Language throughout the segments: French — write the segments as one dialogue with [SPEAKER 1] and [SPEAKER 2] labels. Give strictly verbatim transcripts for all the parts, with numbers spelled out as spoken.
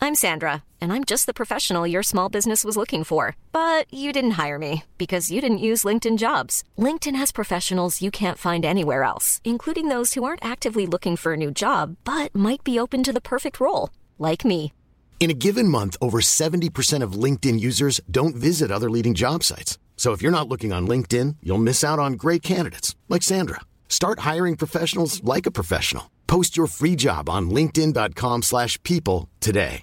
[SPEAKER 1] I'm Sandra, and I'm just the professional your small business was looking for. But you didn't hire me because you didn't use LinkedIn Jobs. LinkedIn has professionals you can't find anywhere else, including those who aren't actively looking for a new job, but might be open to the perfect role, like me.
[SPEAKER 2] In a given month, over seventy percent of LinkedIn users don't visit other leading job sites. So if you're not looking on LinkedIn, you'll miss out on great candidates like Sandra. Start hiring professionals like a professional. Post your free job on linkedin.com slash people today.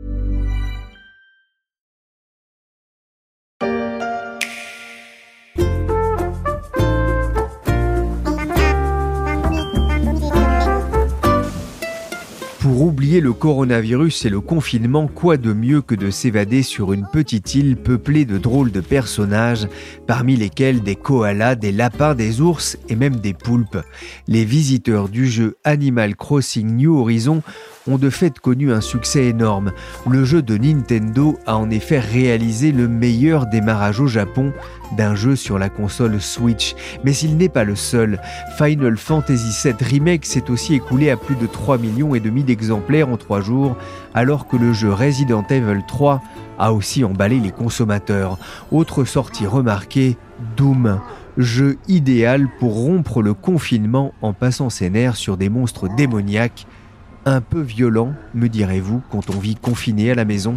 [SPEAKER 3] Pour oublier le coronavirus et le confinement, quoi de mieux que de s'évader sur une petite île peuplée de drôles de personnages, parmi lesquels des koalas, des lapins, des ours et même des poulpes. Les visiteurs du jeu Animal Crossing New Horizons ont de fait connu un succès énorme. Le jeu de Nintendo a en effet réalisé le meilleur démarrage au Japon d'un jeu sur la console Switch. Mais il n'est pas le seul. Final Fantasy sept Remake s'est aussi écoulé à plus de trois millions et demi d'exemplaires en trois jours, alors que le jeu Resident Evil trois a aussi emballé les consommateurs. Autre sortie remarquée, Doom. Jeu idéal pour rompre le confinement en passant ses nerfs sur des monstres démoniaques. Un peu violent, me direz-vous, quand on vit confiné à la maison.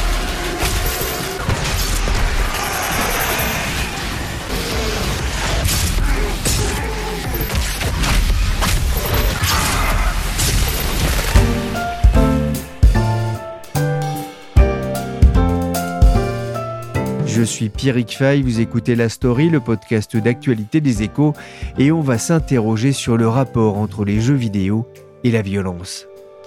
[SPEAKER 3] Je suis Pierrick Fay, vous écoutez La Story, le podcast d'actualité des Échos, et on va s'interroger sur le rapport entre les jeux vidéo et la violence.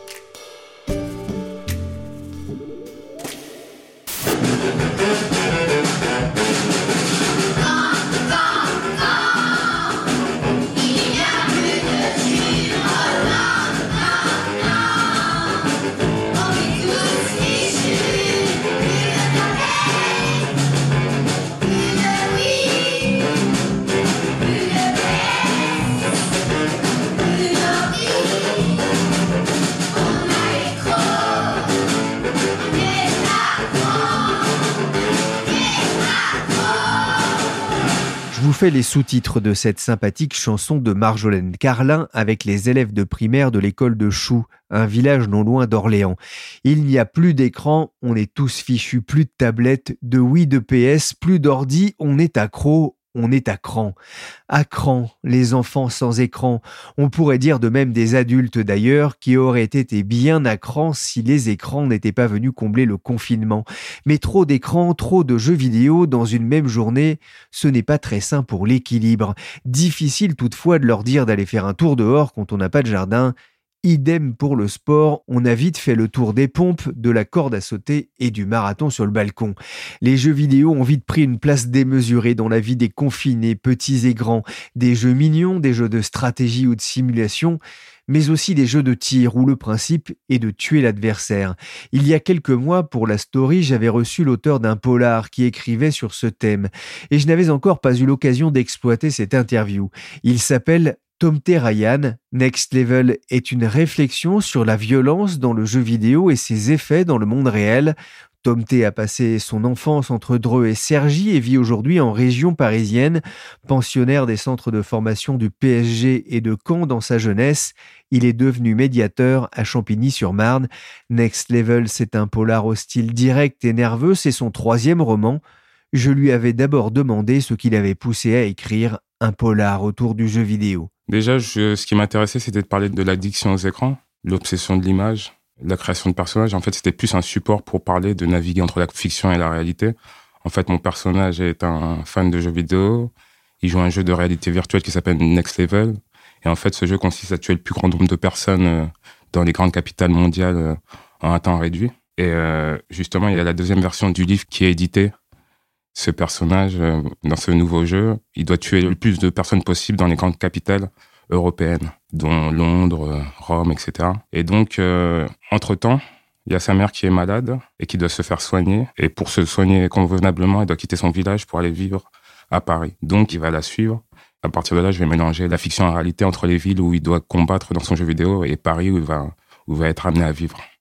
[SPEAKER 3] Je vous fais les sous-titres de cette sympathique chanson de Marjolaine Carlin avec les élèves de primaire de l'école de Choux, un village non loin d'Orléans. Il n'y a plus d'écran, on est tous fichus, plus de tablettes, de Wii, de P S, plus d'ordi, on est accro. On est à cran. À cran, les enfants sans écran. On pourrait dire de même des adultes d'ailleurs, qui auraient été bien à cran si les écrans n'étaient pas venus combler le confinement. Mais trop d'écrans, trop de jeux vidéo dans une même journée, ce n'est pas très sain pour l'équilibre. Difficile toutefois de leur dire d'aller faire un tour dehors quand on n'a pas de jardin. Idem pour le sport, on a vite fait le tour des pompes, de la corde à sauter et du marathon sur le balcon. Les jeux vidéo ont vite pris une place démesurée dans la vie des confinés, petits et grands. Des jeux mignons, des jeux de stratégie ou de simulation, mais aussi des jeux de tir où le principe est de tuer l'adversaire. Il y a quelques mois, pour la story, j'avais reçu l'auteur d'un polar qui écrivait sur ce thème, et je n'avais encore pas eu l'occasion d'exploiter cette interview. Il s'appelle Tomte Ryan, Next Level est une réflexion sur la violence dans le jeu vidéo et ses effets dans le monde réel. Tomte a passé son enfance entre Dreux et Cergy et vit aujourd'hui en région parisienne. Pensionnaire des centres de formation du P S G et de Caen dans sa jeunesse, il est devenu médiateur à Champigny-sur-Marne. Next Level, c'est un polar au style direct et nerveux, c'est son troisième roman. Je lui avais d'abord demandé ce qui l'avait poussé à écrire un polar autour du jeu vidéo.
[SPEAKER 4] Déjà, je, ce qui m'intéressait, c'était de parler de l'addiction aux écrans, l'obsession de l'image, la création de personnages. En fait, c'était plus un support pour parler de naviguer entre la fiction et la réalité. En fait, mon personnage est un fan de jeux vidéo. Il joue à un jeu de réalité virtuelle qui s'appelle Next Level. Et en fait, ce jeu consiste à tuer le plus grand nombre de personnes dans les grandes capitales mondiales en un temps réduit. Et euh, justement, il y a la deuxième version du livre qui est édité. Ce personnage, euh, dans ce nouveau jeu, il doit tuer le plus de personnes possible dans les grandes capitales européennes, dont Londres, Rome, et cetera. Et donc, euh, entre-temps, il y a sa mère qui est malade et qui doit se faire soigner. Et pour se soigner convenablement, elle doit quitter son village pour aller vivre à Paris. Donc, il va la suivre. À partir de là, je vais mélanger la fiction et la réalité entre les villes où il doit combattre dans son jeu vidéo et Paris où il va, où il va être amené à vivre.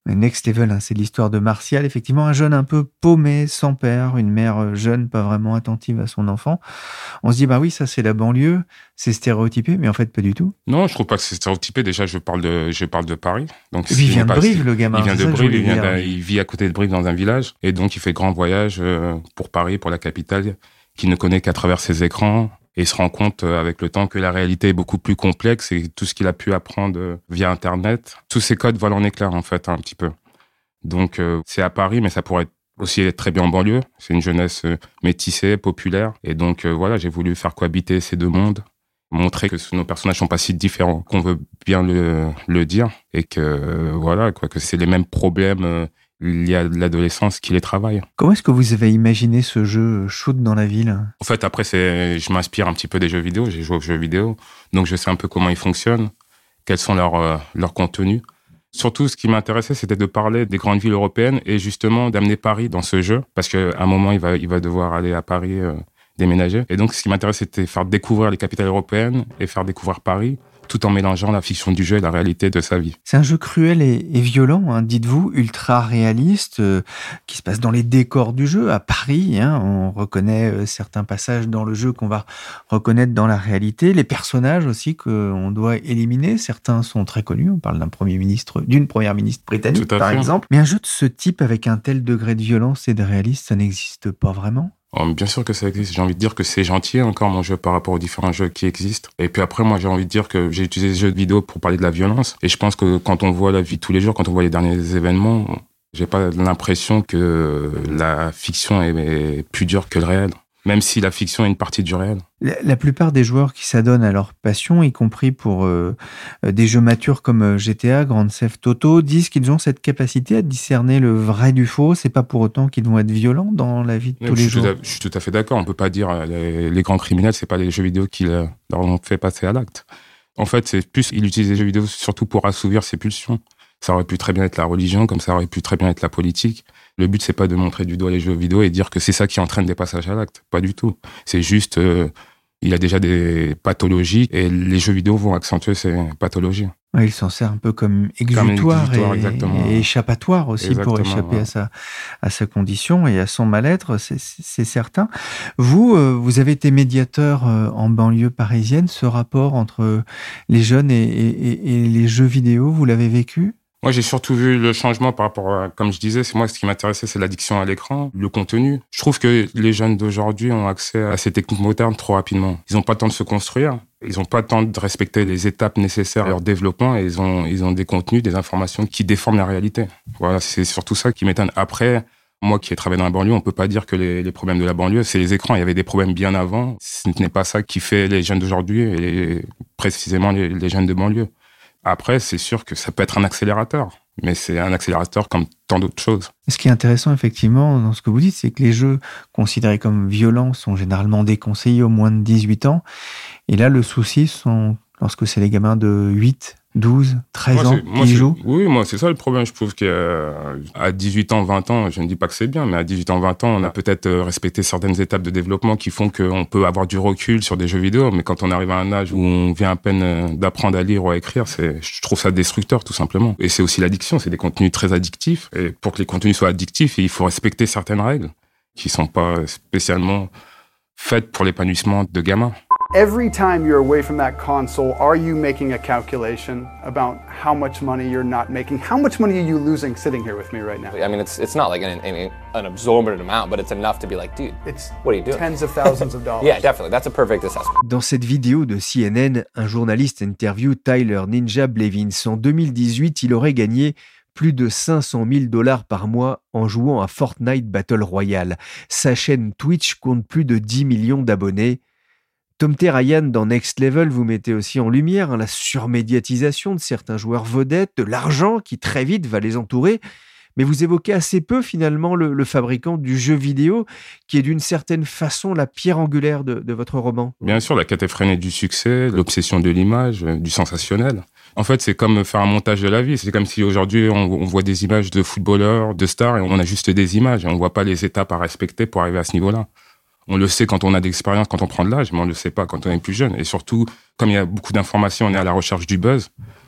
[SPEAKER 3] Next Level, hein, c'est l'histoire de Martial, effectivement un jeune un peu paumé, sans père, une mère jeune, pas vraiment attentive à son enfant. On se dit, bah oui, ça c'est la banlieue, c'est stéréotypé, mais en fait pas du tout.
[SPEAKER 4] Non, je trouve pas que c'est stéréotypé. Déjà, je parle de, je parle de Paris. Donc,
[SPEAKER 3] Et puis il vient de Brive, le gamin.
[SPEAKER 4] Il vient de Brive, il, vient
[SPEAKER 3] dire.
[SPEAKER 4] il vit à côté de Brive dans un village, et donc il fait grand voyage pour Paris, pour la capitale, qu'il ne connaît qu'à travers ses écrans. Et il se rend compte avec le temps que la réalité est beaucoup plus complexe et tout ce qu'il a pu apprendre via Internet, tous ces codes volent en éclairs en fait un petit peu. Donc euh, c'est à Paris, mais ça pourrait aussi être très bien en banlieue. C'est une jeunesse euh, métissée, populaire. Et donc euh, voilà, j'ai voulu faire cohabiter ces deux mondes, montrer que nos personnages sont pas si différents qu'on veut bien le, le dire, et que euh, voilà quoi, que c'est les mêmes problèmes euh, liés à l'adolescence qui les travaillent.
[SPEAKER 3] Comment est-ce que vous avez imaginé ce jeu Shoot dans la ville ?
[SPEAKER 4] En fait, après, c'est, je m'inspire un petit peu des jeux vidéo. J'ai joué aux jeux vidéo, donc je sais un peu comment ils fonctionnent, quels sont leurs euh, leurs contenus. Surtout, ce qui m'intéressait, c'était de parler des grandes villes européennes et justement d'amener Paris dans ce jeu, parce qu'à un moment, il va, il va devoir aller à Paris euh, déménager. Et donc, ce qui m'intéressait, c'était faire découvrir les capitales européennes et faire découvrir Paris, tout en mélangeant la fiction du jeu et la réalité de sa vie.
[SPEAKER 3] C'est un jeu cruel et, et violent, hein, dites-vous, ultra réaliste, euh, qui se passe dans les décors du jeu, à Paris. Hein, on reconnaît euh, certains passages dans le jeu qu'on va reconnaître dans la réalité. Les personnages aussi qu'on doit éliminer, certains sont très connus. On parle d'un premier ministre, d'une première ministre britannique, par fait. exemple. Mais un jeu de ce type, avec un tel degré de violence et de réalisme, ça n'existe pas vraiment ?
[SPEAKER 4] Oh, bien sûr que ça existe. J'ai envie de dire que c'est gentil encore mon jeu par rapport aux différents jeux qui existent. Et puis après, moi, j'ai envie de dire que j'ai utilisé les jeux de vidéo pour parler de la violence. Et je pense que quand on voit la vie de tous les jours, quand on voit les derniers événements, j'ai pas l'impression que la fiction est plus dure que le réel. Même si la fiction est une partie du réel.
[SPEAKER 3] La, la plupart des joueurs qui s'adonnent à leur passion, y compris pour euh, des jeux matures comme G T A, Grand Theft Auto, disent qu'ils ont cette capacité à discerner le vrai du faux. C'est pas pour autant qu'ils vont être violents dans la vie de
[SPEAKER 4] Mais
[SPEAKER 3] tous les jours.
[SPEAKER 4] À, je suis tout à fait d'accord. On peut pas dire les, les grands criminels, c'est pas les jeux vidéo qui leur ont fait passer à l'acte. En fait, c'est plus, il utilise les jeux vidéo surtout pour assouvir ses pulsions. Ça aurait pu très bien être la religion, comme ça aurait pu très bien être la politique. Le but, c'est pas de montrer du doigt les jeux vidéo et dire que c'est ça qui entraîne des passages à l'acte. Pas du tout. C'est juste, euh, il y a déjà des pathologies et les jeux vidéo vont accentuer ces pathologies.
[SPEAKER 3] Ouais, il s'en sert un peu comme exutoire, comme
[SPEAKER 4] et,
[SPEAKER 3] et échappatoire aussi
[SPEAKER 4] exactement,
[SPEAKER 3] pour échapper
[SPEAKER 4] ouais.
[SPEAKER 3] à sa, à sa condition et à son mal-être, c'est, c'est certain. Vous, euh, vous avez été médiateur euh, en banlieue parisienne. Ce rapport entre les jeunes et, et, et les jeux vidéo, vous l'avez vécu ?
[SPEAKER 4] Moi, j'ai surtout vu le changement par rapport à, comme je disais, c'est moi, ce qui m'intéressait, c'est l'addiction à l'écran, le contenu. Je trouve que les jeunes d'aujourd'hui ont accès à ces techniques modernes trop rapidement. Ils n'ont pas le temps de se construire. Ils n'ont pas le temps de respecter les étapes nécessaires à leur développement et ils ont, ils ont des contenus, des informations qui déforment la réalité. Voilà, c'est surtout ça qui m'étonne. Après, moi qui ai travaillé dans la banlieue, on peut pas dire que les, les problèmes de la banlieue, c'est les écrans. Il y avait des problèmes bien avant. Ce n'est pas ça qui fait les jeunes d'aujourd'hui et les, précisément les, les jeunes de banlieue. Après, c'est sûr que ça peut être un accélérateur, mais c'est un accélérateur comme tant d'autres choses.
[SPEAKER 3] Ce qui est intéressant, effectivement, dans ce que vous dites, c'est que les jeux considérés comme violents sont généralement déconseillés aux moins de dix-huit ans. Et là, le souci, sont lorsque c'est les gamins de huit, douze, treize
[SPEAKER 4] moi,
[SPEAKER 3] ans
[SPEAKER 4] moi,
[SPEAKER 3] qui jouent.
[SPEAKER 4] Oui, moi, c'est ça le problème. Je trouve qu'à dix-huit ans, vingt ans, je ne dis pas que c'est bien, mais à dixhuit ans, vingt ans, on a peut-être respecté certaines étapes de développement qui font qu'on peut avoir du recul sur des jeux vidéo. Mais quand on arrive à un âge où on vient à peine d'apprendre à lire ou à écrire, c'est, je trouve ça destructeur, tout simplement. Et c'est aussi l'addiction. C'est des contenus très addictifs. Et pour que les contenus soient addictifs, il faut respecter certaines règles qui sont pas spécialement faites pour l'épanouissement de gamins.
[SPEAKER 5] Every time you're away from that console, are you making a calculation about how much money you're not making? How much money are you losing sitting here with me right now?
[SPEAKER 6] I mean, it's it's not like an an, an absorbent amount, but it's enough to be like, dude,
[SPEAKER 5] it's
[SPEAKER 6] what are you doing?
[SPEAKER 5] Tens of thousands of dollars.
[SPEAKER 6] Yeah, definitely. That's a perfect assessment.
[SPEAKER 3] Dans cette vidéo de C N N, un journaliste interview Tyler Ninja Blevins. En deux mille dix-huit, il aurait gagné plus de cinq cent mille dollars par mois en jouant à Fortnite Battle Royale. Sa chaîne Twitch compte plus de dix millions d'abonnés. Tom Terrayan, dans Next Level, vous mettez aussi en lumière hein, la surmédiatisation de certains joueurs vedettes, de l'argent qui très vite va les entourer. Mais vous évoquez assez peu finalement le, le fabricant du jeu vidéo, qui est d'une certaine façon la pierre angulaire de, de votre roman.
[SPEAKER 4] Bien sûr, la quête effrénée du succès, l'obsession de l'image, du sensationnel. En fait, c'est comme faire un montage de la vie. C'est comme si aujourd'hui, on, on voit des images de footballeurs, de stars, et on a juste des images. Et on ne voit pas les étapes à respecter pour arriver à ce niveau-là. On le sait quand on a d'expérience, quand on prend de l'âge, mais on ne le sait pas quand on est plus jeune. Et surtout, comme il y a beaucoup d'informations, on est à la recherche du buzz.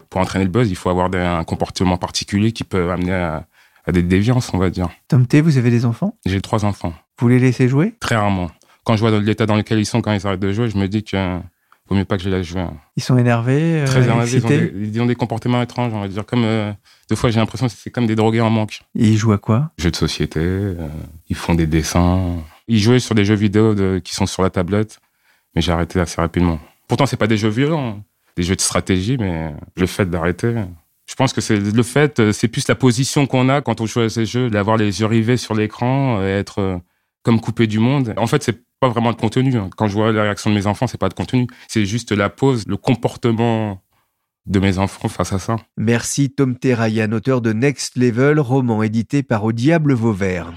[SPEAKER 4] pour entraîner le buzz, il faut avoir des, un comportement particulier qui peut amener à, à des déviances, on va dire.
[SPEAKER 3] Tom T, vous avez des enfants ?
[SPEAKER 4] J'ai trois enfants.
[SPEAKER 3] Vous les laissez jouer ?
[SPEAKER 4] Très rarement. Quand je vois l'état dans lequel ils sont quand ils arrêtent de jouer, je me dis que vaut mieux pas que je les laisse jouer.
[SPEAKER 3] Ils sont énervés, euh,
[SPEAKER 4] Très énervés, ils ont,
[SPEAKER 3] excités.
[SPEAKER 4] des, ils ont des comportements étranges, on va dire. Comme, euh, deux fois, j'ai l'impression que c'est comme des drogués en manque.
[SPEAKER 3] Et ils jouent à quoi ?
[SPEAKER 4] Jeux de société, euh, ils font des dessins. Ils jouaient sur des jeux vidéo de, qui sont sur la tablette, mais j'ai arrêté assez rapidement. Pourtant, c'est pas des jeux violents, des jeux de stratégie, mais le fait d'arrêter... Je pense que c'est le fait, c'est plus la position qu'on a quand on joue à ces jeux, d'avoir les yeux rivés sur l'écran, et être euh, comme coupé du monde. En fait, c'est pas vraiment de contenu. Quand je vois la réaction de mes enfants, c'est pas de contenu. C'est juste la pose, le comportement de mes enfants face à ça.
[SPEAKER 3] Merci Tom T. Ryan, auteur de Next Level, roman édité par Au Diable Vauvert.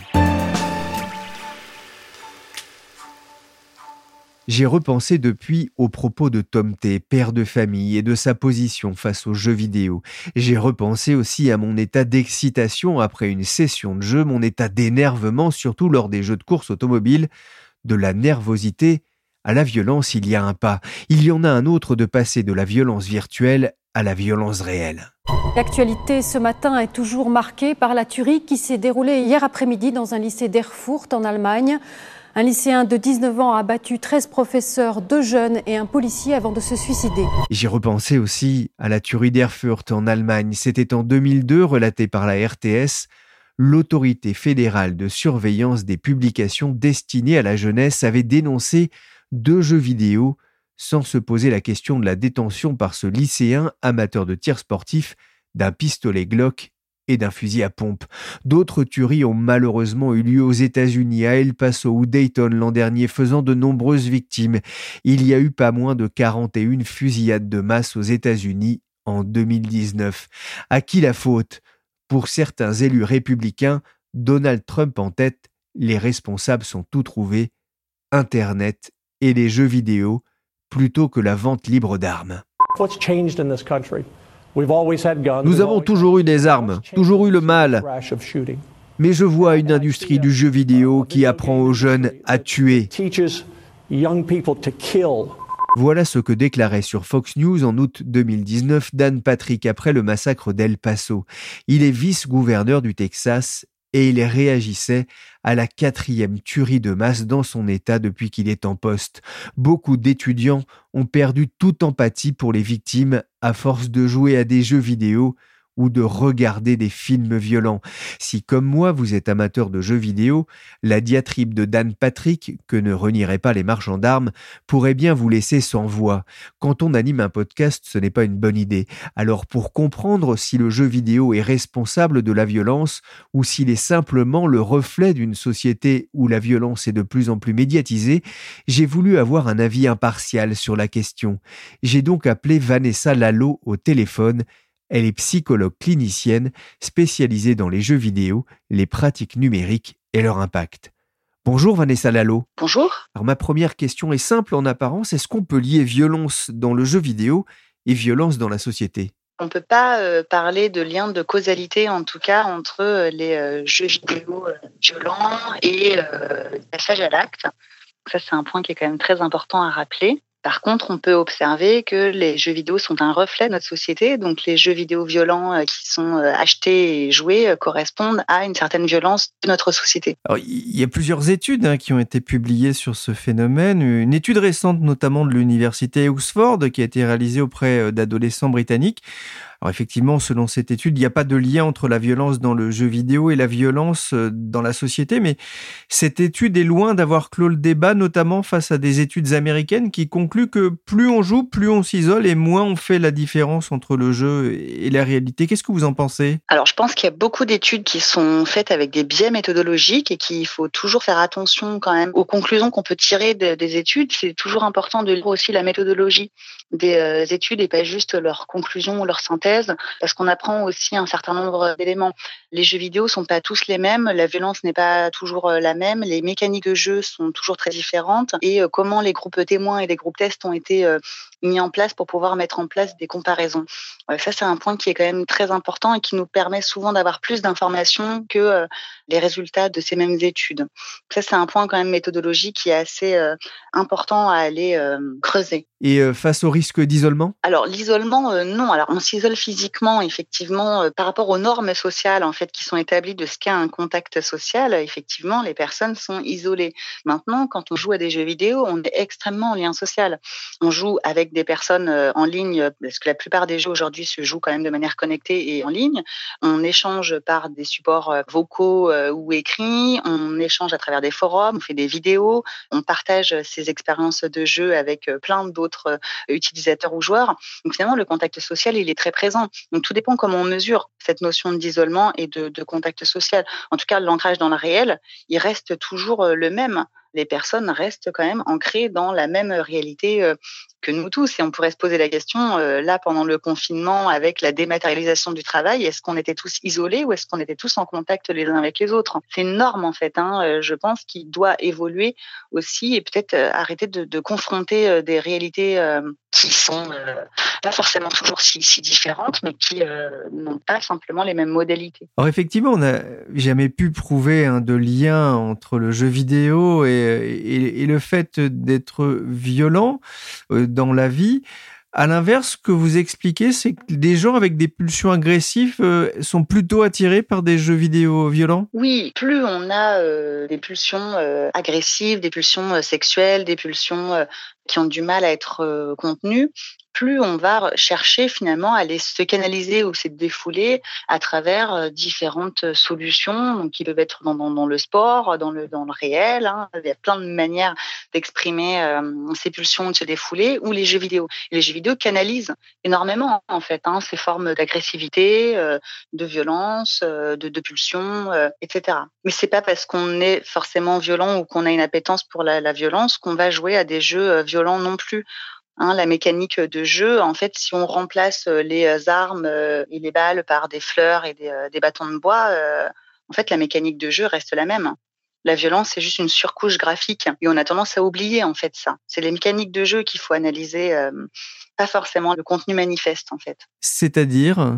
[SPEAKER 3] J'ai repensé depuis aux propos de Tom T, père de famille, et de sa position face aux jeux vidéo. J'ai repensé aussi à mon état d'excitation après une session de jeu, mon état d'énervement, surtout lors des jeux de course automobile. De la nervosité à la violence, il y a un pas. Il y en a un autre de passer de la violence virtuelle à la violence réelle.
[SPEAKER 7] L'actualité ce matin est toujours marquée par la tuerie qui s'est déroulée hier après-midi dans un lycée d'Erfurt en Allemagne. Un lycéen de dix-neuf ans a abattu treize professeurs, deux jeunes et un policier avant de se suicider.
[SPEAKER 3] J'ai repensé aussi à la tuerie d'Erfurt en Allemagne. C'était en deux mille deux, relaté par la R T S. L'autorité fédérale de surveillance des publications destinées à la jeunesse avait dénoncé deux jeux vidéo sans se poser la question de la détention par ce lycéen amateur de tir sportif d'un pistolet Glock et d'un fusil à pompe. D'autres tueries ont malheureusement eu lieu aux États-Unis, à El Paso ou Dayton l'an dernier, faisant de nombreuses victimes. Il y a eu pas moins de quarante et une fusillades de masse aux États-Unis en deux mille dix-neuf. À qui la faute ? Pour certains élus républicains, Donald Trump en tête, les responsables sont tout trouvés, Internet et les jeux vidéo, plutôt que la vente libre d'armes. Nous avons toujours eu des armes, toujours eu le mal. Mais je vois une industrie du jeu vidéo qui apprend aux jeunes à tuer. Voilà ce que déclarait sur Fox News en août deux mille dix-neuf Dan Patrick après le massacre d'El Paso. Il est vice-gouverneur du Texas et il réagissait à la quatrième tuerie de masse dans son État depuis qu'il est en poste. Beaucoup d'étudiants ont perdu toute empathie pour les victimes à force de jouer à des jeux vidéo ou de regarder des films violents. Si, comme moi, vous êtes amateur de jeux vidéo, la diatribe de Dan Patrick, que ne renieraient pas les marchands d'armes, pourrait bien vous laisser sans voix. Quand on anime un podcast, ce n'est pas une bonne idée. Alors, pour comprendre si le jeu vidéo est responsable de la violence ou s'il est simplement le reflet d'une société où la violence est de plus en plus médiatisée, j'ai voulu avoir un avis impartial sur la question. J'ai donc appelé Vanessa Lalo au téléphone. Elle est psychologue clinicienne spécialisée dans les jeux vidéo, les pratiques numériques et leur impact. Bonjour Vanessa Lalo.
[SPEAKER 8] Bonjour.
[SPEAKER 3] Alors ma première question est simple en apparence. Est-ce qu'on peut lier violence dans le jeu vidéo et violence dans la société ?
[SPEAKER 8] On ne peut pas euh, parler de lien de causalité, en tout cas, entre euh, les euh, jeux vidéo euh, violents et euh, le passage à l'acte. Ça, c'est un point qui est quand même très important à rappeler. Par contre, on peut observer que les jeux vidéo sont un reflet de notre société. Donc, les jeux vidéo violents qui sont achetés et joués correspondent à une certaine violence de notre société.
[SPEAKER 3] Alors, il y a plusieurs études hein, qui ont été publiées sur ce phénomène. Une étude récente, notamment de l'université Oxford, qui a été réalisée auprès d'adolescents britanniques. Alors effectivement, selon cette étude, il n'y a pas de lien entre la violence dans le jeu vidéo et la violence dans la société, mais cette étude est loin d'avoir clos le débat, notamment face à des études américaines qui concluent que plus on joue, plus on s'isole et moins on fait la différence entre le jeu et la réalité. Qu'est-ce que vous en pensez ?
[SPEAKER 8] Alors, je pense qu'il y a beaucoup d'études qui sont faites avec des biais méthodologiques et qu'il faut toujours faire attention quand même aux conclusions qu'on peut tirer de, des études. C'est toujours important de lire aussi la méthodologie des euh, études et pas juste leurs conclusions ou leurs synthèses, parce qu'on apprend aussi un certain nombre d'éléments. Les jeux vidéo sont pas tous les mêmes, la violence n'est pas toujours la même, les mécaniques de jeu sont toujours très différentes et comment les groupes témoins et les groupes tests ont été mis en place pour pouvoir mettre en place des comparaisons. Ça, c'est un point qui est quand même très important et qui nous permet souvent d'avoir plus d'informations que les résultats de ces mêmes études. Ça, c'est un point quand même méthodologique qui est assez important à aller creuser.
[SPEAKER 3] Et euh, face au risque d'isolement ?
[SPEAKER 8] Alors l'isolement, euh, non. Alors on s'isole physiquement, effectivement, euh, par rapport aux normes sociales en fait qui sont établies de ce qu'est un contact social. Effectivement, les personnes sont isolées. Maintenant, quand on joue à des jeux vidéo, on est extrêmement en lien social. On joue avec des personnes euh, en ligne, parce que la plupart des jeux aujourd'hui se jouent quand même de manière connectée et en ligne. On échange par des supports euh, vocaux euh, ou écrits. On échange à travers des forums. On fait des vidéos. On partage ces expériences de jeu avec euh, plein d'autres euh, utilisateurs ou joueurs. Donc finalement, le contact social, il est très présent. Donc tout dépend comment on mesure cette notion d'isolement et de, de contact social. En tout cas, l'ancrage dans le réel, il reste toujours le même. Les personnes restent quand même ancrées dans la même réalité euh, que nous tous. Et on pourrait se poser la question, euh, là, pendant le confinement, avec la dématérialisation du travail, est-ce qu'on était tous isolés ou est-ce qu'on était tous en contact les uns avec les autres ? C'est une norme, en fait, hein, euh, je pense, qui doit évoluer aussi et peut-être euh, arrêter de, de confronter euh, des réalités euh, qui sont euh, pas forcément toujours si, si différentes, mais qui euh, n'ont pas simplement les mêmes modalités.
[SPEAKER 3] Alors effectivement, on n'a jamais pu prouver hein, de lien entre le jeu vidéo et, et, et le fait d'être violent euh, dans la vie. À l'inverse, ce que vous expliquez, c'est que des gens avec des pulsions agressives euh, sont plutôt attirés par des jeux vidéo violents ?
[SPEAKER 8] Oui, plus on a euh, des pulsions euh, agressives, des pulsions euh, sexuelles, des pulsions euh, qui ont du mal à être euh, contenues, plus on va chercher finalement à les se canaliser ou se défouler à travers euh, différentes solutions, donc qui peuvent être dans, dans, dans le sport, dans le, dans le réel. Hein. Il y a plein de manières d'exprimer euh, ces pulsions, de se défouler, ou les jeux vidéo. Et les jeux vidéo canalisent énormément en fait hein, ces formes d'agressivité, euh, de violence, euh, de, de pulsions, euh, et cetera. Mais c'est pas parce qu'on est forcément violent ou qu'on a une appétence pour la, la violence qu'on va jouer à des jeux euh, violents non plus. Hein, la mécanique de jeu, en fait, si on remplace les armes et les balles par des fleurs et des, des bâtons de bois, euh, en fait, la mécanique de jeu reste la même. La violence, c'est juste une surcouche graphique. Et on a tendance à oublier, en fait, ça. C'est les mécaniques de jeu qu'il faut analyser, euh, pas forcément le contenu manifeste, en fait.
[SPEAKER 3] C'est-à-dire ?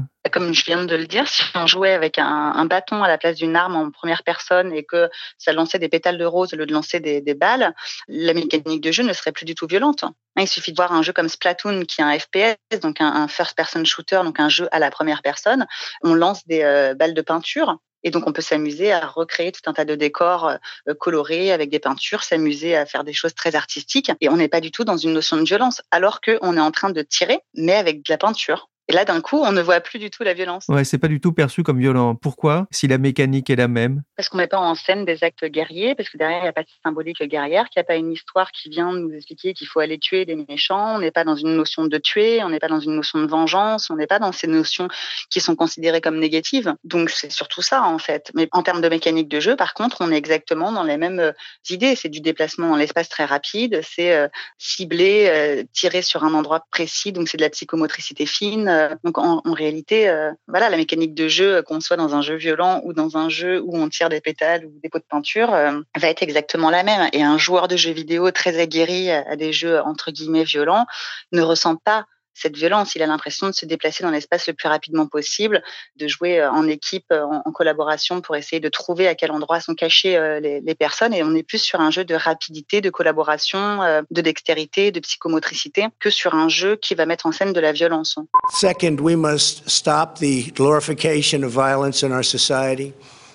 [SPEAKER 8] Comme je viens de le dire, si on jouait avec un, un bâton à la place d'une arme en première personne et que ça lançait des pétales de rose au lieu de lancer des, des balles, la mécanique de jeu ne serait plus du tout violente. Il suffit de voir un jeu comme Splatoon qui est un F P S, donc un, un first-person shooter, donc un jeu à la première personne. On lance des euh, balles de peinture. Et donc, on peut s'amuser à recréer tout un tas de décors euh, colorés avec des peintures, s'amuser à faire des choses très artistiques. Et on n'est pas du tout dans une notion de violence, alors qu'on est en train de tirer, mais avec de la peinture. Et là, d'un coup, on ne voit plus du tout la violence.
[SPEAKER 3] Ouais, c'est pas du tout perçu comme violent. Pourquoi ? Si la mécanique est la même ?
[SPEAKER 8] Parce qu'on met pas en scène des actes guerriers, parce que derrière, il n'y a pas de symbolique guerrière, qu'il n'y a pas une histoire qui vient nous expliquer qu'il faut aller tuer des méchants. On n'est pas dans une notion de tuer, on n'est pas dans une notion de vengeance, on n'est pas dans ces notions qui sont considérées comme négatives. Donc, c'est surtout ça, en fait. Mais en termes de mécanique de jeu, par contre, on est exactement dans les mêmes idées. C'est du déplacement dans l'espace très rapide, c'est euh, cibler, euh, tirer sur un endroit précis, donc c'est de la psychomotricité fine. Donc en, en réalité, euh, voilà, la mécanique de jeu, qu'on soit dans un jeu violent ou dans un jeu où on tire des pétales ou des pots de peinture, euh, va être exactement la même. Et un joueur de jeux vidéo très aguerri à des jeux entre guillemets violents ne ressent pas cette violence. Il a l'impression de se déplacer dans l'espace le plus rapidement possible, de jouer en équipe, en, en collaboration pour essayer de trouver à quel endroit sont cachées euh, les, les personnes. Et on est plus sur un jeu de rapidité, de collaboration, euh, de dextérité, de psychomotricité, que sur un jeu qui va mettre en scène de la violence.
[SPEAKER 9] Second, we must stop the glorification of violence in our society.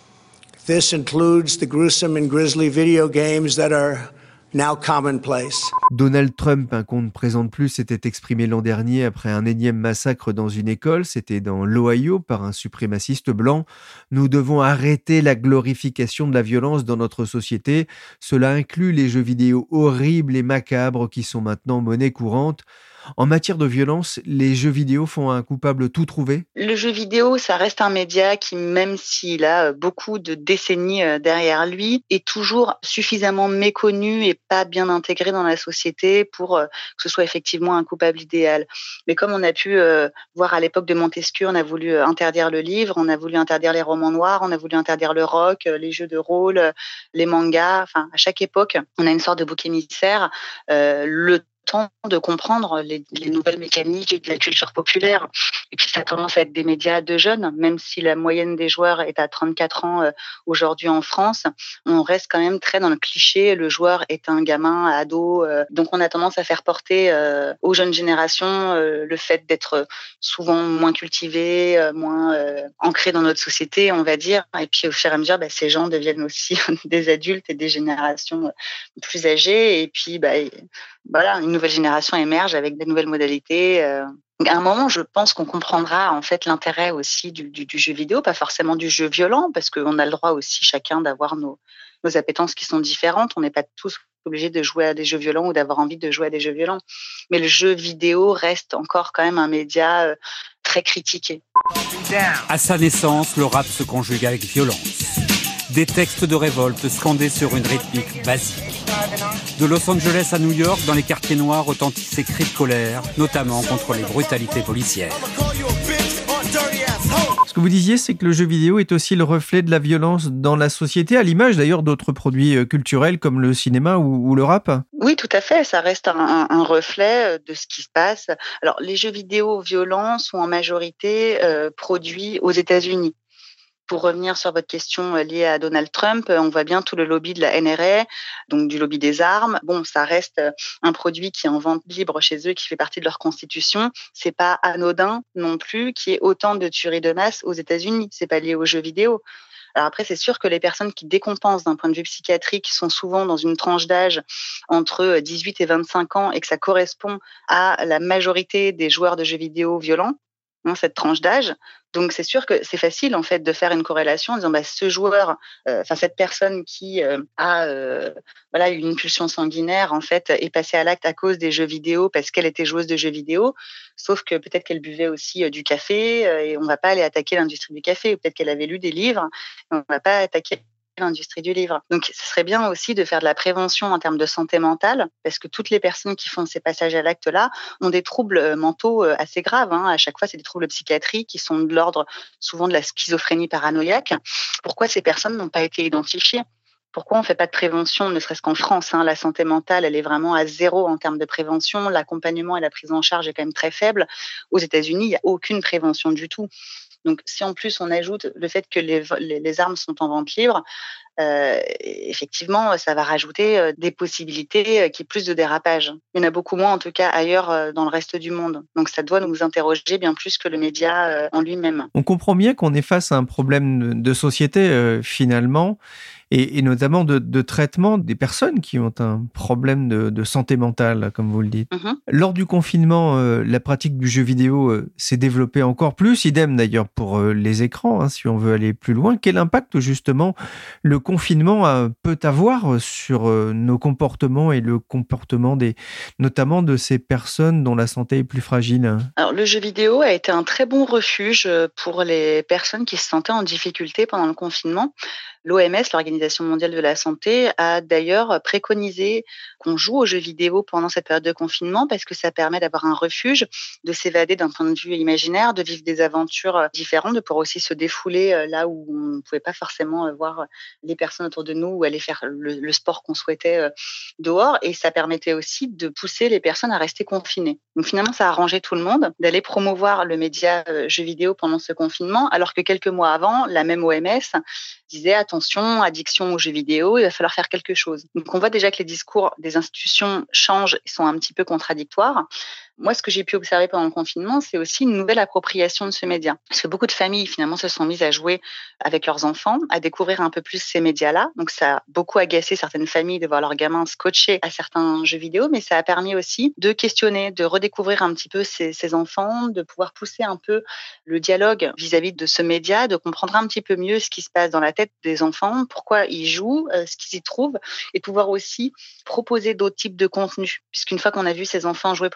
[SPEAKER 9] This includes the gruesome and grisly video games that are now commonplace.
[SPEAKER 3] Donald Trump, hein, qu'on ne présente plus, s'était exprimé l'an dernier après un énième massacre dans une école. C'était dans l'Ohio par un suprémaciste blanc. Nous devons arrêter la glorification de la violence dans notre société. Cela inclut les jeux vidéo horribles et macabres qui sont maintenant monnaie courante. En matière de violence, les jeux vidéo font un coupable tout trouvé ?
[SPEAKER 8] Le jeu vidéo, ça reste un média qui, même s'il a beaucoup de décennies derrière lui, est toujours suffisamment méconnu et pas bien intégré dans la société pour que ce soit effectivement un coupable idéal. Mais comme on a pu voir à l'époque de Montesquieu, on a voulu interdire le livre, on a voulu interdire les romans noirs, on a voulu interdire le rock, les jeux de rôle, les mangas. Enfin, à chaque époque, on a une sorte de bouc émissaire. Euh, le temps de comprendre les, les nouvelles mécaniques de la culture populaire. Et puis ça commence à être des médias de jeunes, même si la moyenne des joueurs est à trente-quatre ans euh, aujourd'hui en France, on reste quand même très dans le cliché, le joueur est un gamin, ado, euh, donc on a tendance à faire porter euh, aux jeunes générations euh, le fait d'être souvent moins cultivés, euh, moins euh, ancrés dans notre société, on va dire, et puis au fur et à mesure, bah, ces gens deviennent aussi des adultes et des générations plus âgées, et puis bah, voilà, une nouvelle génération émerge avec des nouvelles modalités. Euh. À un moment, je pense qu'on comprendra en fait l'intérêt aussi du, du, du jeu vidéo, pas forcément du jeu violent, parce qu'on a le droit aussi chacun d'avoir nos, nos appétences qui sont différentes. On n'est pas tous obligés de jouer à des jeux violents ou d'avoir envie de jouer à des jeux violents. Mais le jeu vidéo reste encore quand même un média euh, très critiqué.
[SPEAKER 10] À sa naissance, le rap se conjugue avec violence. Des textes de révolte scandés sur une rythmique basique. De Los Angeles à New York, dans les quartiers noirs retentissent ces cris de colère, notamment contre les brutalités policières.
[SPEAKER 3] Ce que vous disiez, c'est que le jeu vidéo est aussi le reflet de la violence dans la société, à l'image d'ailleurs d'autres produits culturels comme le cinéma ou, ou le rap.
[SPEAKER 8] Oui, tout à fait. Ça reste un, un, un reflet de ce qui se passe. Alors, les jeux vidéo violents sont en majorité euh, produits aux États-Unis. Pour revenir sur votre question liée à Donald Trump, on voit bien tout le lobby de la N R A, donc du lobby des armes. Bon, ça reste un produit qui est en vente libre chez eux, qui fait partie de leur constitution. C'est pas anodin non plus qu'il y ait autant de tueries de masse aux États-Unis. C'est pas lié aux jeux vidéo. Alors après, c'est sûr que les personnes qui décompensent d'un point de vue psychiatrique sont souvent dans une tranche d'âge entre dix-huit et vingt-cinq ans et que ça correspond à la majorité des joueurs de jeux vidéo violents, hein, cette tranche d'âge. Donc c'est sûr que c'est facile en fait de faire une corrélation en disant bah ce joueur, enfin euh, cette personne qui euh, a euh, voilà une pulsion sanguinaire en fait est passée à l'acte à cause des jeux vidéo parce qu'elle était joueuse de jeux vidéo. Sauf que peut-être qu'elle buvait aussi euh, du café euh, et on va pas aller attaquer l'industrie du café. Ou peut-être qu'elle avait lu des livres, et on va pas attaquer l'industrie du livre. Donc, ce serait bien aussi de faire de la prévention en termes de santé mentale, parce que toutes les personnes qui font ces passages à l'acte-là ont des troubles mentaux assez graves. Hein. À chaque fois, c'est des troubles psychiatriques qui sont de l'ordre souvent de la schizophrénie paranoïaque. Pourquoi ces personnes n'ont pas été identifiées ? Pourquoi on ne fait pas de prévention, ne serait-ce qu'en France, hein, la santé mentale, elle est vraiment à zéro en termes de prévention. L'accompagnement et la prise en charge est quand même très faible. Aux États-Unis, il n'y a aucune prévention du tout. Donc, si en plus on ajoute le fait que les, les, les armes sont en vente libre, euh, effectivement, ça va rajouter euh, des possibilités euh, qu'il y ait plus de dérapage. Il y en a beaucoup moins, en tout cas, ailleurs euh, dans le reste du monde. Donc, ça doit nous interroger bien plus que le média euh, en lui-même.
[SPEAKER 3] On comprend bien qu'on est face à un problème de société, euh, finalement, et, et notamment de, de traitement des personnes qui ont un problème de, de santé mentale, comme vous le dites. Mm-hmm. Lors du confinement, euh, la pratique du jeu vidéo euh, s'est développée encore plus, idem d'ailleurs pour euh, les écrans, hein, si on veut aller plus loin. Quel impact, justement, le confinement euh, peut avoir sur euh, nos comportements et le comportement des, notamment de ces personnes dont la santé est plus fragile?
[SPEAKER 8] Alors, le jeu vidéo a été un très bon refuge pour les personnes qui se sentaient en difficulté pendant le confinement. L'O M S, l'Organisation mondiale de la santé, a d'ailleurs préconisé qu'on joue aux jeux vidéo pendant cette période de confinement parce que ça permet d'avoir un refuge, de s'évader d'un point de vue imaginaire, de vivre des aventures différentes, de pouvoir aussi se défouler là où on ne pouvait pas forcément voir les personnes autour de nous ou aller faire le, le sport qu'on souhaitait dehors. Et ça permettait aussi de pousser les personnes à rester confinées. Donc finalement, ça a arrangé tout le monde d'aller promouvoir le média jeux vidéo pendant ce confinement, alors que quelques mois avant, la même O M S disait attention, addiction aux jeux vidéo, il va falloir faire quelque chose. Donc on voit déjà que les discours des institutions changent et sont un petit peu contradictoires. Moi, ce que j'ai pu observer pendant le confinement, c'est aussi une nouvelle appropriation de ce média. Parce que beaucoup de familles, finalement, se sont mises à jouer avec leurs enfants, à découvrir un peu plus ces médias-là. Donc, ça a beaucoup agacé certaines familles de voir leurs gamins scotchés à certains jeux vidéo, mais ça a permis aussi de questionner, de redécouvrir un petit peu ces, ces enfants, de pouvoir pousser un peu le dialogue vis-à-vis de ce média, de comprendre un petit peu mieux ce qui se passe dans la tête des enfants, pourquoi ils jouent, euh, ce qu'ils y trouvent, et pouvoir aussi proposer d'autres types de contenus. Puisqu'une fois qu'on a vu ces enfants jouer pendant des heures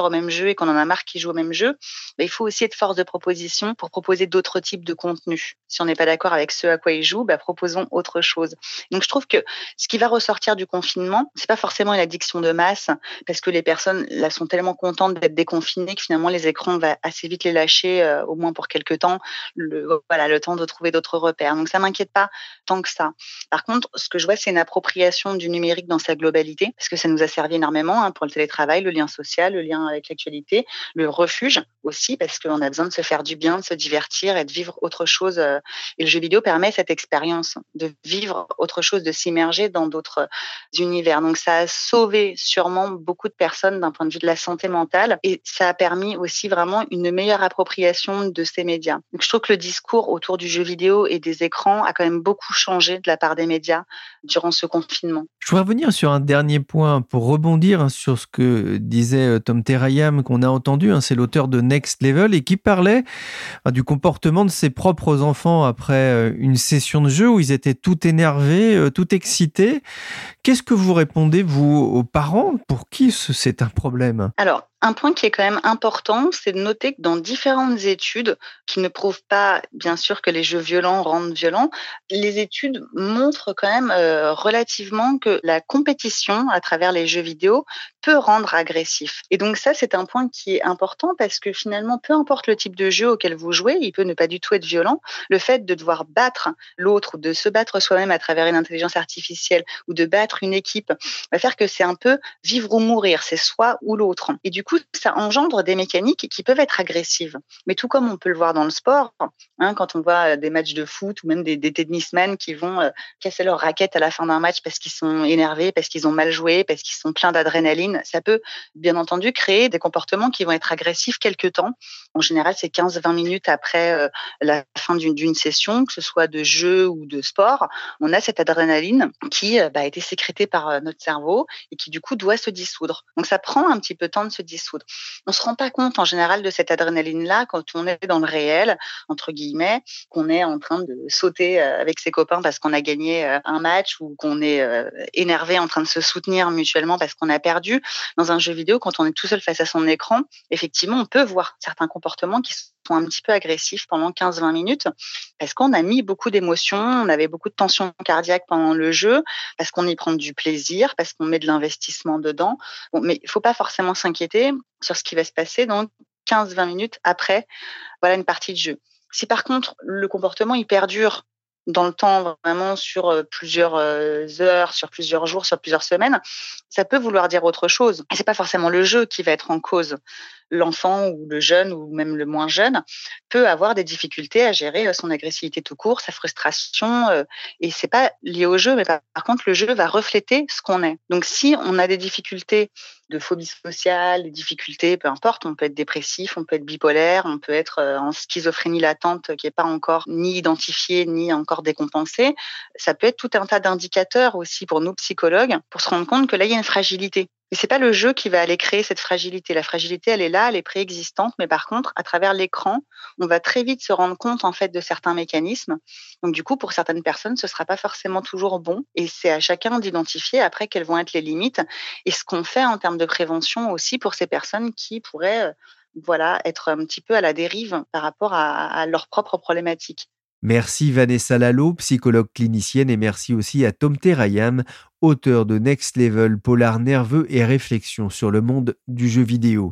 [SPEAKER 8] au même jeu et qu'on en a marre qu'ils jouent au même jeu, bah, il faut aussi être force de proposition pour proposer d'autres types de contenus. Si on n'est pas d'accord avec ce à quoi ils jouent, bah, proposons autre chose. Donc je trouve que ce qui va ressortir du confinement, c'est pas forcément une addiction de masse, parce que les personnes là sont tellement contentes d'être déconfinées que finalement les écrans, on va assez vite les lâcher, euh, au moins pour quelques temps, le, voilà, le temps de trouver d'autres repères. Donc ça m'inquiète pas tant que ça. Par contre, ce que je vois, c'est une appropriation du numérique dans sa globalité, parce que ça nous a servi énormément hein, pour le télétravail, le lien social, le lien avec l'actualité, le refuge aussi, parce qu'on a besoin de se faire du bien, de se divertir et de vivre autre chose. Et le jeu vidéo permet cette expérience de vivre autre chose, de s'immerger dans d'autres univers. Donc ça a sauvé sûrement beaucoup de personnes d'un point de vue de la santé mentale, et ça a permis aussi vraiment une meilleure appropriation de ces médias. Donc je trouve que le discours autour du jeu vidéo et des écrans a quand même beaucoup changé de la part des médias durant ce confinement.
[SPEAKER 3] Je voudrais revenir sur un dernier point pour rebondir sur ce que disait Tom Terrayam qu'on a entendu, hein, c'est l'auteur de Next Level et qui parlait hein, du comportement de ses propres enfants après une session de jeu où ils étaient tout énervés, tout excités. Qu'est-ce que vous répondez, vous, aux parents pour qui c'est un problème ?
[SPEAKER 8] Alors, un point qui est quand même important, c'est de noter que dans différentes études, qui ne prouvent pas, bien sûr, que les jeux violents rendent violents, les études montrent quand même euh, relativement que la compétition à travers les jeux vidéo peut rendre agressif. Et donc ça, c'est un point qui est important parce que finalement, peu importe le type de jeu auquel vous jouez, il peut ne pas du tout être violent. Le fait de devoir battre l'autre ou de se battre soi-même à travers une intelligence artificielle ou de battre une équipe va faire que c'est un peu vivre ou mourir, c'est soit ou l'autre. Et du coup, ça engendre des mécaniques qui peuvent être agressives. Mais tout comme on peut le voir dans le sport, hein, quand on voit des matchs de foot ou même des, des tennismen qui vont euh, casser leur raquette à la fin d'un match parce qu'ils sont énervés, parce qu'ils ont mal joué, parce qu'ils sont pleins d'adrénaline, ça peut bien entendu créer des comportements qui vont être agressifs quelque temps. En général, c'est quinze à vingt minutes après euh, la fin d'une, d'une session, que ce soit de jeu ou de sport, on a cette adrénaline qui euh, bah, a été sécrétée par euh, notre cerveau et qui du coup doit se dissoudre. Donc ça prend un petit peu de temps de se dissoudre. On se rend pas compte en général de cette adrénaline-là quand on est dans le réel, entre guillemets, qu'on est en train de sauter avec ses copains parce qu'on a gagné un match ou qu'on est énervé en train de se soutenir mutuellement parce qu'on a perdu. Dans un jeu vidéo, quand on est tout seul face à son écran, effectivement, on peut voir certains comportements qui sont un petit peu agressifs pendant quinze à vingt minutes parce qu'on a mis beaucoup d'émotions, on avait beaucoup de tension cardiaque pendant le jeu, parce qu'on y prend du plaisir, parce qu'on met de l'investissement dedans. Bon, mais il faut pas forcément s'inquiéter sur ce qui va se passer dans quinze à vingt minutes après voilà, une partie de jeu. Si par contre, le comportement il perdure dans le temps, vraiment sur plusieurs heures, sur plusieurs jours, sur plusieurs semaines, ça peut vouloir dire autre chose. Et c'est pas forcément le jeu qui va être en cause. L'enfant ou le jeune ou même le moins jeune peut avoir des difficultés à gérer son agressivité tout court, sa frustration, et c'est pas lié au jeu, mais par contre le jeu va refléter ce qu'on est. Donc si on a des difficultés de phobie sociale, des difficultés, peu importe, on peut être dépressif, on peut être bipolaire, on peut être en schizophrénie latente qui est pas encore ni identifiée ni encore décompensée, ça peut être tout un tas d'indicateurs aussi pour nous psychologues pour se rendre compte que là il y a une fragilité. Mais c'est pas le jeu qui va aller créer cette fragilité. La fragilité, elle est là, elle est préexistante, mais par contre, à travers l'écran, on va très vite se rendre compte en fait de certains mécanismes. Donc du coup, pour certaines personnes, ce sera pas forcément toujours bon, et c'est à chacun d'identifier après quelles vont être les limites et ce qu'on fait en termes de prévention aussi pour ces personnes qui pourraient, euh, voilà, être un petit peu à la dérive par rapport à, à leurs propres problématiques.
[SPEAKER 3] Merci Vanessa Lalo, psychologue clinicienne, et merci aussi à Tom Terrayam, auteur de Next Level, polar nerveux et réflexion sur le monde du jeu vidéo.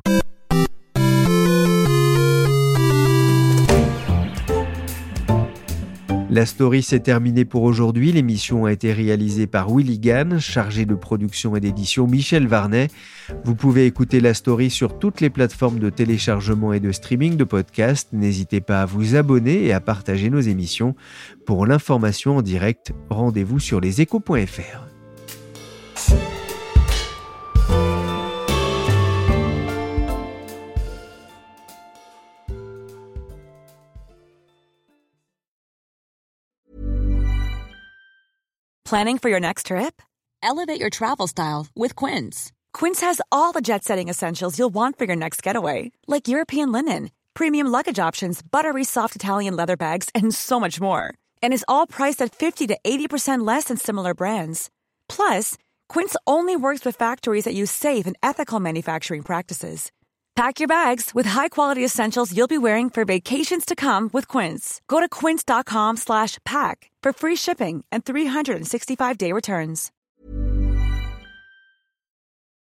[SPEAKER 3] La story s'est terminée pour aujourd'hui. L'émission a été réalisée par Willy Gann, chargé de production et d'édition Michel Varnet. Vous pouvez écouter la story sur toutes les plateformes de téléchargement et de streaming de podcasts. N'hésitez pas à vous abonner et à partager nos émissions. Pour l'information en direct, rendez-vous sur leséchos point f r.
[SPEAKER 11] Planning for your next trip? Elevate your travel style with Quince. Quince has all the jet-setting essentials you'll want for your next getaway, like European linen, premium luggage options, buttery soft Italian leather bags, and so much more. And is all priced at fifty to eighty percent less than similar brands. Plus, Quince only works with factories that use safe and ethical manufacturing practices. Pack your bags with high-quality essentials you'll be wearing for vacations to come with Quince. Go to quince.com slash pack for free shipping and three sixty-five day returns.